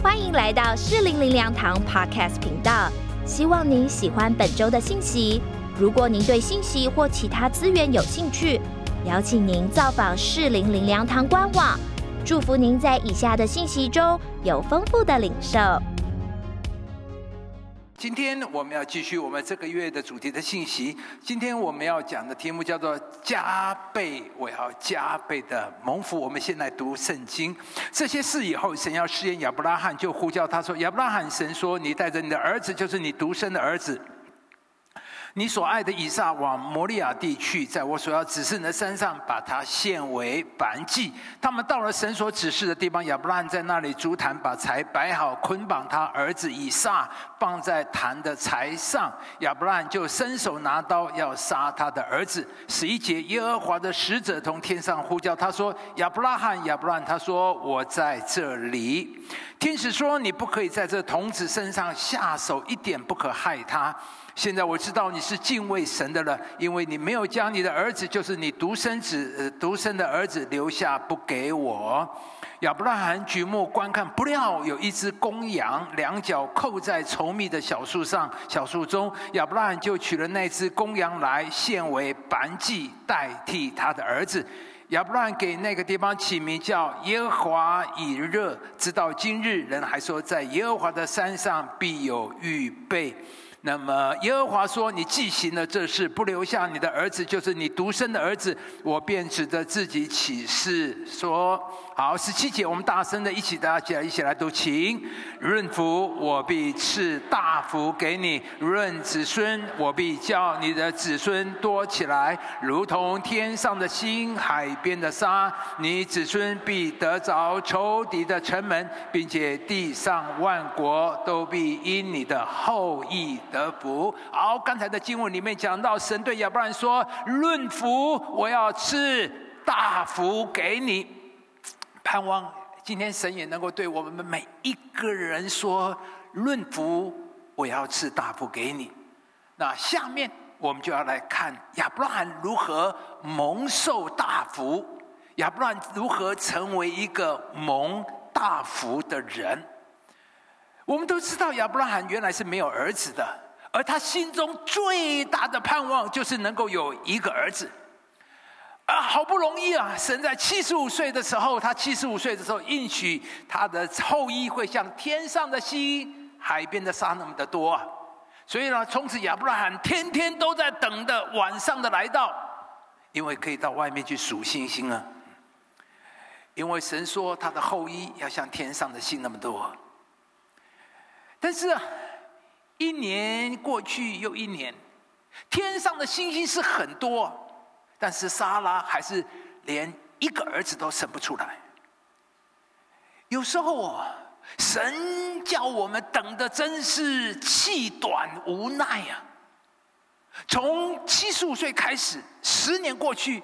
欢迎来到适龄灵粮堂 Podcast 频道，希望您喜欢本周的信息。如果您对信息或其他资源有兴趣，邀请您造访适龄灵粮堂官网。祝福您在以下的信息中有丰富的领受。 今天我们要继续我们这个月的主题的信息。今天我们要讲的题目叫做加倍，我要加倍的蒙福。我们先来读圣经。这些事以后，神要试验亚伯拉罕，就呼叫他说：亚伯拉罕，神说，你带着你的儿子，就是你独生的儿子，你所爱的以撒往摩利亚地去，在我所要指示你的山上，把他献为燔祭。他们到了神所指示的地方，亚伯拉罕在那里筑坛，把柴摆好，捆绑他儿子以撒，放在坛的柴上。亚伯拉罕就伸手拿刀要杀他的儿子。11节，耶和华的使者从天上呼叫他说：亚伯拉罕，亚伯拉罕。他说：我在这里。天使说：你不可以在这童子身上下手，一点不可害他。现在我知道你是敬畏神的了，因为你没有将你的儿子，就是你独生的儿子留下不给我。亚伯拉罕举目观看，不料有一只公羊，两脚扣在稠密的小树中。亚伯拉罕就取了那只公羊来，献为燔祭，代替他的儿子。亚伯拉罕给那个地方起名叫耶和华以勒，直到今日，人还说在耶和华的山上必有预备。那么耶和华说：你既行了这事，不留下你的儿子，就是你独生的儿子，我便指着自己起誓说。好，17节，我们大声的大家一起来读，请。润福，我必赐大福给你；润子孙，我必叫你的子孙多起来，如同天上的星，海边的沙。你子孙必得着仇敌的城门，并且地上万国都必因你的后裔得福。好，刚才的经文里面讲到，神对亚伯拉罕说：润福，我要赐大福给你。盼望今天神也能够对我们每一个人说：润福，我要赐大福给你。那下面我们就要来看亚伯拉罕如何蒙受大福，亚伯拉罕如何成为一个蒙大福的人。我们都知道亚伯拉罕原来是没有儿子的，而他心中最大的盼望就是能够有一个儿子。好不容易啊，神在75岁的时候，他75岁的时候应许他的后裔会像天上的星、海边的沙那么的多啊。所以呢，从此亚伯拉罕天天都在等着晚上的来到，因为可以到外面去数星星啊。因为神说他的后裔要像天上的星那么多。但是啊，一年过去又一年，天上的星星是很多，但是撒拉还是连一个儿子都生不出来。有时候神叫我们等的真是气短无奈啊！从75岁开始，10年过去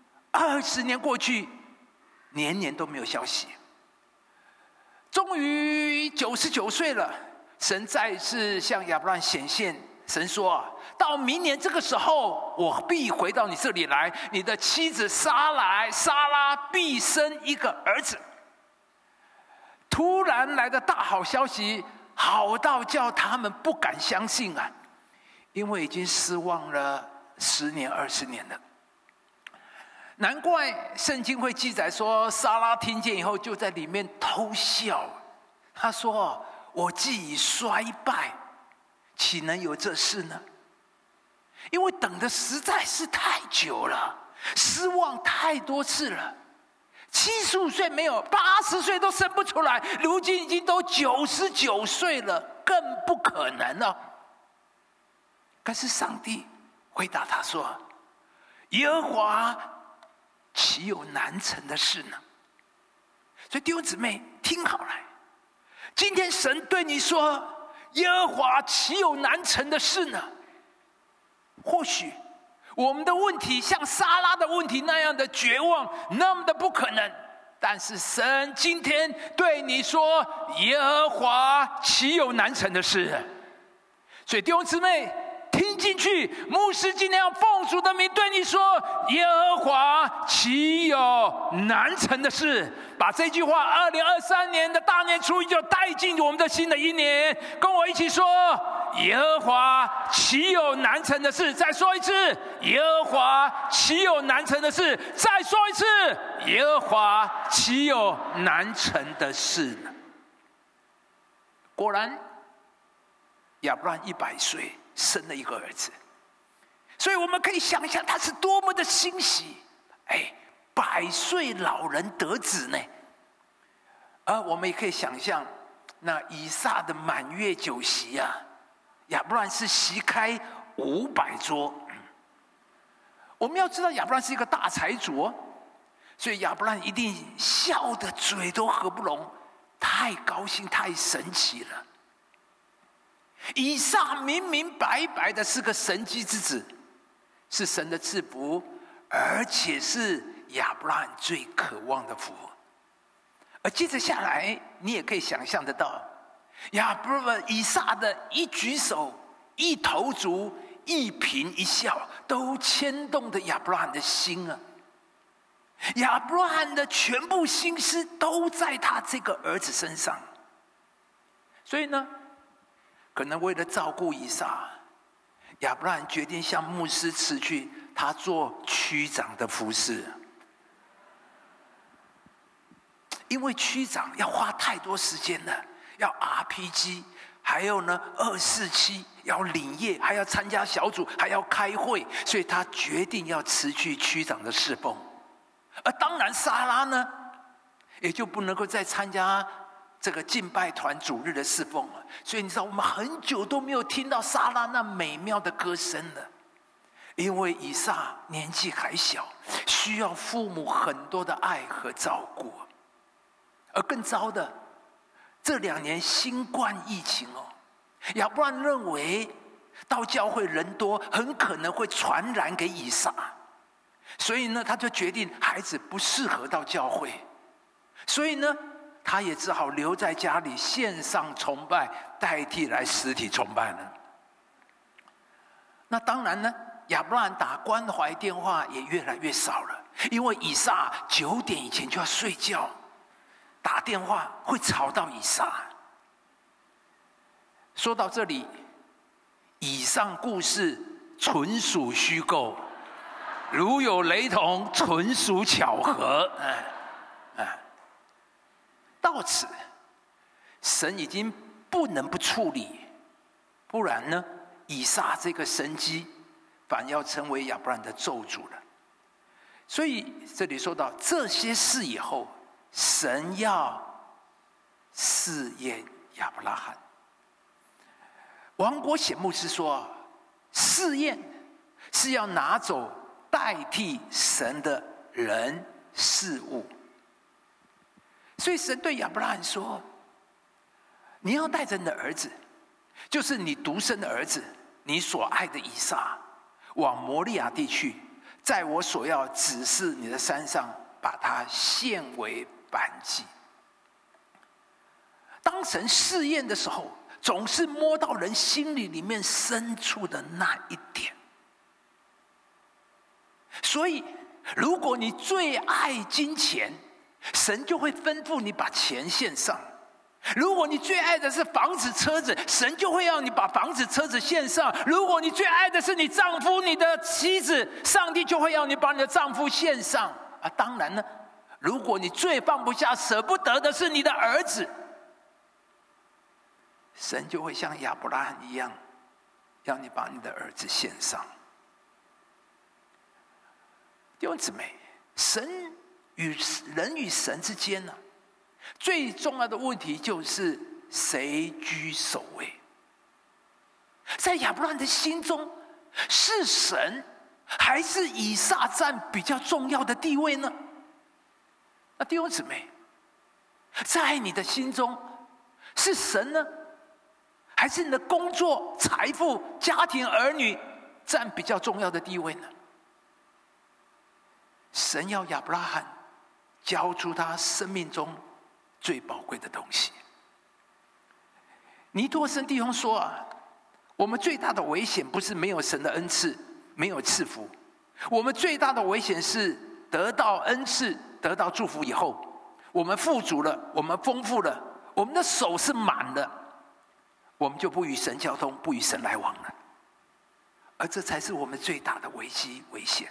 ，20年过去，年年都没有消息。终于99岁了，神再次向亚伯拉罕显现，神说：到明年这个时候，我必回到你这里来，你的妻子撒拉必生一个儿子。突然来的大好消息，好到叫他们不敢相信啊！因为已经失望了10年、20年了。难怪圣经会记载说，撒拉听见以后就在里面偷笑。他说：我既已衰败，岂能有这事呢？因为等的实在是太久了，失望太多次了。75岁没有，80岁都生不出来，如今已经都99岁了，更不可能了。可是上帝回答他说：耶和华岂有难成的事呢？所以弟兄姊妹听好了，今天神对你说：耶和华岂有难成的事呢？或许我们的问题像撒拉的问题那样的绝望，那么的不可能，但是神今天对你说：耶和华岂有难成的事？所以弟兄姊妹听进去。牧师今天要奉主的名对你说：耶和华岂有难成的事？把这句话2023年的大年初一就带进我们的新的一年，跟我一起说：耶和华岂有难成的事？再说一次，耶和华岂有难成的事？再说一次，耶和华岂有难成的事呢？果然，亚伯兰100岁生了一个儿子，所以我们可以想象他是多么的欣喜。100岁老人得子呢？而我们也可以想象，那以撒的满月酒席啊，亚伯兰是席开500桌。我们要知道，亚伯兰是一个大财主哦，所以亚伯兰一定笑得嘴都合不拢，太高兴，太神奇了。以撒明明白白的是个神迹之子，是神的赐福，而且是亚伯兰最渴望的福。而接着下来，你也可以想象得到，以撒的一举手、一投足、一颦一笑，都牵动着亚伯拉罕的心啊！亚伯拉罕的全部心思都在他这个儿子身上。所以呢，可能为了照顾以撒，亚伯拉罕决定向牧师辞去他做区长的服事。因为区长要花太多时间了，要 RPG， 还有呢247，要领业，还要参加小组，还要开会，所以他决定要辞去区长的侍奉。而当然撒拉呢，也就不能够再参加这个敬拜团主日的侍奉了。所以你知道，我们很久都没有听到撒拉那美妙的歌声了，因为以撒年纪还小，需要父母很多的爱和照顾。而更糟的，这2年新冠疫情哦，亚伯兰认为到教会人多，很可能会传染给以撒，所以呢，他就决定孩子不适合到教会，所以呢，他也只好留在家里线上崇拜，代替来实体崇拜了。那当然呢，亚伯兰打关怀电话也越来越少了，因为以撒9点以前就要睡觉。打电话会吵到以撒。说到这里，以上故事纯属虚构，如有雷同，纯属巧合。到此，神已经不能不处理，不然呢，以撒这个神迹反要成为亚伯兰的咒诅了。所以这里说到这些事以后，神要试验亚伯拉罕。王国显牧师说，试验是要拿走代替神的人事物。所以神对亚伯拉罕说，你要带着你的儿子，就是你独生的儿子，你所爱的以撒，往摩利亚地去，在我所要指示你的山上，把它献为燔祭。当神试验的时候，总是摸到人心里面深处的那一点。所以如果你最爱金钱，神就会吩咐你把钱献上；如果你最爱的是房子车子，神就会要你把房子车子献上；如果你最爱的是你丈夫你的妻子，上帝就会要你把你的丈夫献上。当然呢，如果你最放不下舍不得的是你的儿子，神就会像亚伯拉罕一样，要你把你的儿子献上。弟兄姊妹，人与神之间呢，最重要的问题就是谁居首位。在亚伯拉罕的心中，是神还是以撒占比较重要的地位呢？那弟兄姊妹，在你的心中，是神呢，还是你的工作、财富、家庭、儿女占比较重要的地位呢？神要亚伯拉罕交出他生命中最宝贵的东西。尼托生弟兄说我们最大的危险不是没有神的恩赐，没有赐福，我们最大的危险是得到恩赐，得到祝福以后，我们富足了，我们丰富了，我们的手是满的，我们就不与神交通，不与神来往了。而这才是我们最大的危机危险。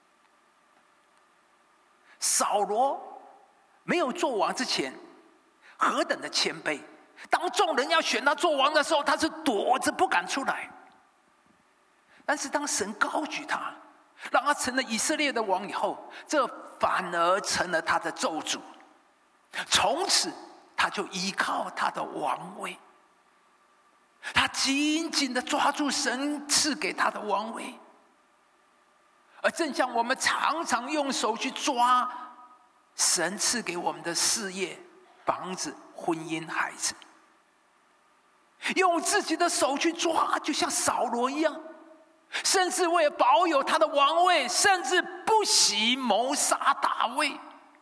扫罗没有做王之前，何等的谦卑！当众人要选他做王的时候，他是躲着不敢出来。但是当神高举他，让他成了以色列的王以后，这反而成了他的咒诅。从此他就依靠他的王位，他紧紧地抓住神赐给他的王位。而正像我们常常用手去抓神赐给我们的事业、房子、婚姻、孩子，用自己的手去抓，就像扫罗一样，甚至为了保有他的王位，甚至不惜谋杀大卫。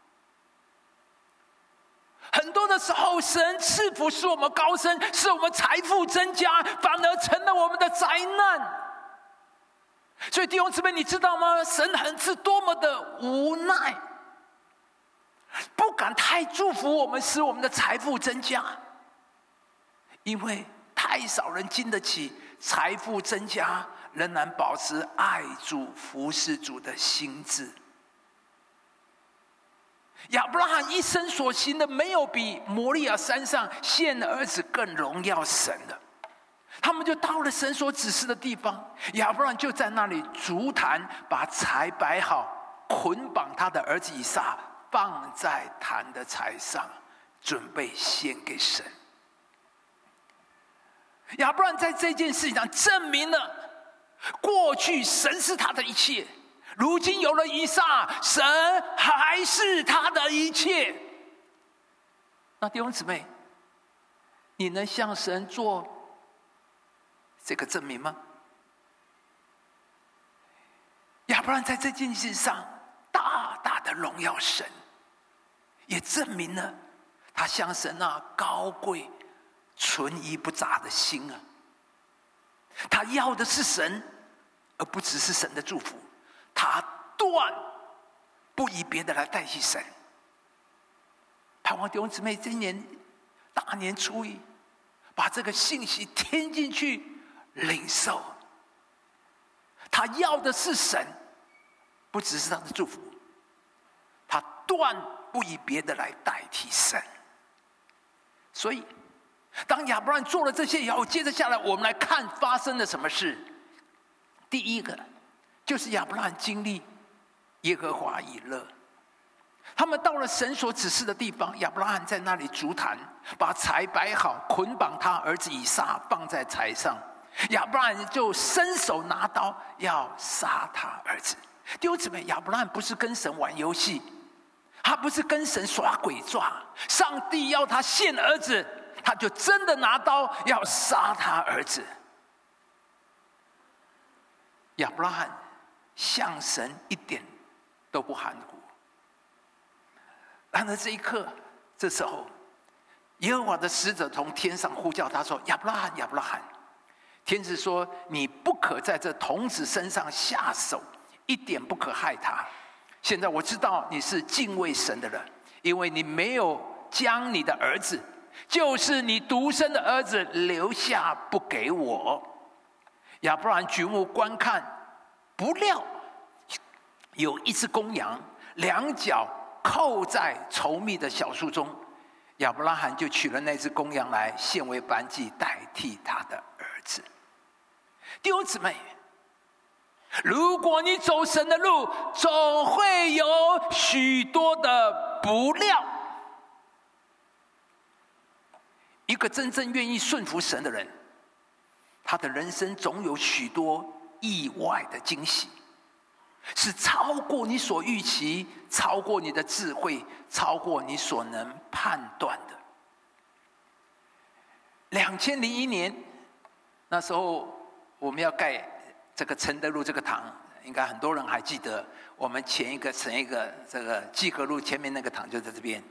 很多的时候，神赐福使我们高升，使我们财富增加，反而成了我们的灾难。所以弟兄姊妹，你知道吗？神是多么的无奈，不敢太祝福我们，使我们的财富增加，因为太少人经得起财富增加，仍然保持爱主、服侍主的心志。亚伯拉罕一生所行的，没有比摩利亚山上献儿子更荣耀神的。他们就到了神所指示的地方，亚伯拉罕就在那里筑坛，把柴摆好，捆绑他的儿子以撒，放在坛的柴上，准备献给神。亚伯拉罕在这件事情上证明了，过去神是他的一切，如今有了以撒，神还是他的一切。那弟兄姊妹，你能向神做这个证明吗？亚伯拉罕在这件事上大大的荣耀神，也证明了他向神那高贵、存疑不杂的心啊。他要的是神，而不只是神的祝福。他断不以别的来代替神。盼望弟兄姊妹今年大年初一，把这个信息听进去，领受。他要的是神，不只是他的祝福。他断不以别的来代替神。所以当亚伯拉罕做了这些以后，接着下来我们来看发生了什么事。第一个就是亚伯拉罕经历耶和华以勒。他们到了神所指示的地方，亚伯拉罕在那里筑坛，把柴摆好，捆绑他儿子以撒，放在柴上。亚伯拉罕就伸手拿刀要杀他儿子。弟兄姊妹，亚伯拉罕不是跟神玩游戏，他不是跟神耍鬼抓。上帝要他献儿子，他就真的拿刀要杀他儿子。亚伯拉罕向神一点都不含糊。然而这一刻，这时候，耶和华的使者从天上呼叫他说：“亚伯拉罕，亚伯拉罕！”天使说：“你不可在这童子身上下手，一点不可害他。现在我知道你是敬畏神的人，因为你没有将你的儿子，就是你独生的儿子留下不给我。”亚伯拉罕举目观看，不料有一只公羊，两脚扣在稠密的小树中。亚伯拉罕就取了那只公羊来献为燔祭，代替他的儿子。弟兄姊妹，如果你走神的路，总会有许多的不料。一个真正愿意顺服神的人，他的人生总有许多意外的惊喜，是超过你所预期，超过你的智慧，超过你所能判断的。2001年那时候我们要盖这个承德路这个堂，应该很多人还记得，我们前一个这个基河路前面那个堂就在这边。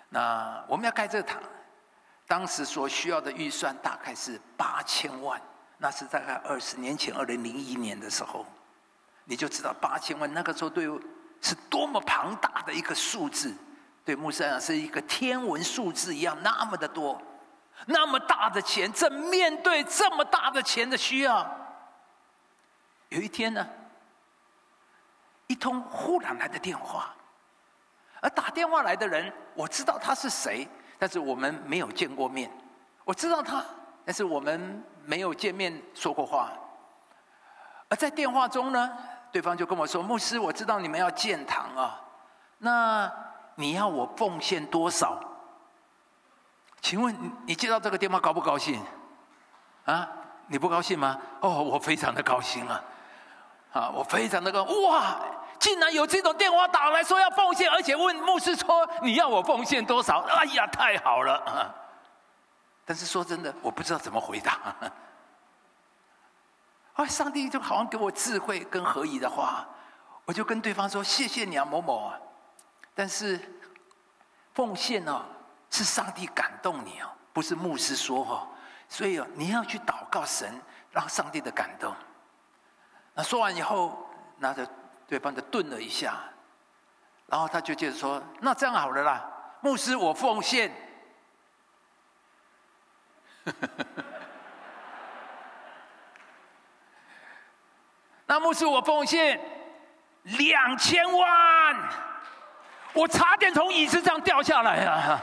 那我们要盖这个堂，当时所需要的预算大概是8000万， 那是大概20年前，2001年的时候，你就知道8000万那个时候是多么庞大的一个数字，对牧师来讲是一个天文数字一样，那么的多，那么大的钱，正面对这么大的钱的需要。有一天呢，一通忽然来的电话，而打电话来的人，我知道他是谁，但是我们没有见过面。我知道他，但是我们没有见面说过话。而在电话中呢，对方就跟我说：“牧师，我知道你们要建堂啊，那你要我奉献多少？”请问你接到这个电话高不高兴？啊，你不高兴吗？哦，我非常的高兴啊！啊，我非常的高兴，哇！竟然有这种电话打来说要奉献，而且问牧师说你要我奉献多少？哎呀，太好了！但是说真的，我不知道怎么回答。上帝就好像给我智慧跟合宜的话，我就跟对方说：“谢谢你啊，某某啊，但是奉献哦，是上帝感动你哦，不是牧师说哦，所以你要去祷告神，让上帝的感动。”那说完以后，那就对方就顿了一下，然后他就接着说：“那这样好了啦，牧师我奉献。”那牧师我奉献2000万，我差点从椅子上掉下来啊！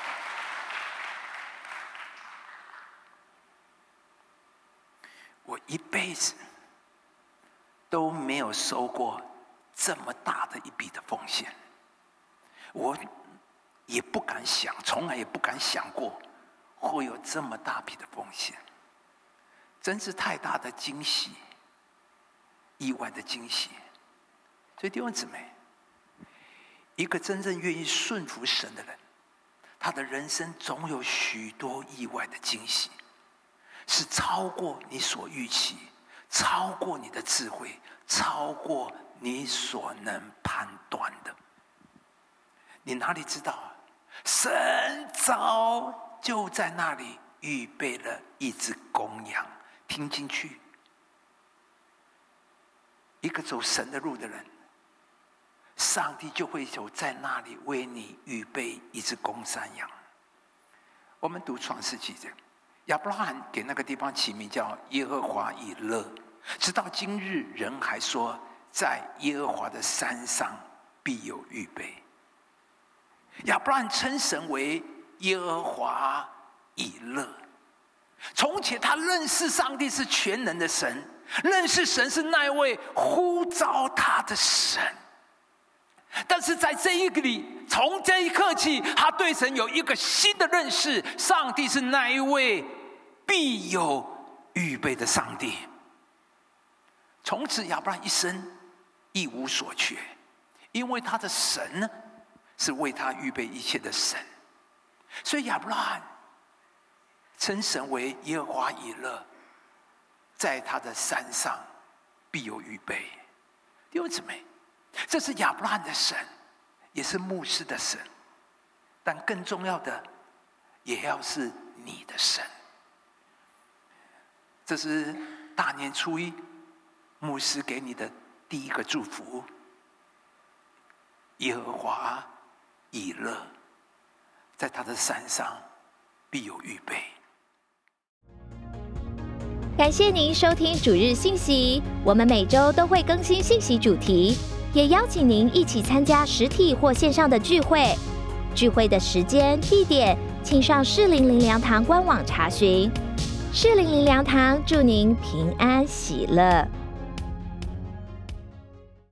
我一辈子都没有收过这么大的一笔的奉献，我也不敢想，从来也不敢想过会有这么大笔的奉献，真是太大的惊喜。意外的惊喜。所以弟兄姊妹，一个真正愿意顺服神的人，他的人生总有许多意外的惊喜，是超过你所预期，超过你的智慧，超过你所能判断的。你哪里知道啊？神早就在那里预备了一只公羊。听进去，一个走神的路的人，上帝就会有在那里为你预备一只公山羊。我们读创世纪，亚伯拉罕给那个地方起名叫耶和华以勒，直到今日人还说，在耶和华的山上必有预备。亚伯拉罕称神为耶和华以勒。从前他认识上帝是全能的神，认识神是那位呼召他的神。但是在这一个里，从这一刻起，他对神有一个新的认识，上帝是那一位必有预备的上帝。从此亚伯拉罕一生一无所缺，因为他的神呢是为他预备一切的神。所以亚伯拉罕称神为耶和华以勒，在他的山上必有预备。弟兄姊妹，这是亚伯拉罕的神，也是牧师的神，但更重要的，也要是你的神。这是大年初一，牧师给你的第一个祝福：耶和华以勒，在他的山上必有预备。 感谢您收听主日信息，我们每周都会更新信息主题，也邀请您一起参加实体或线上的聚会。聚会的时间、地点，请上士林灵粮堂官网查询。士林灵粮堂祝您平安喜乐。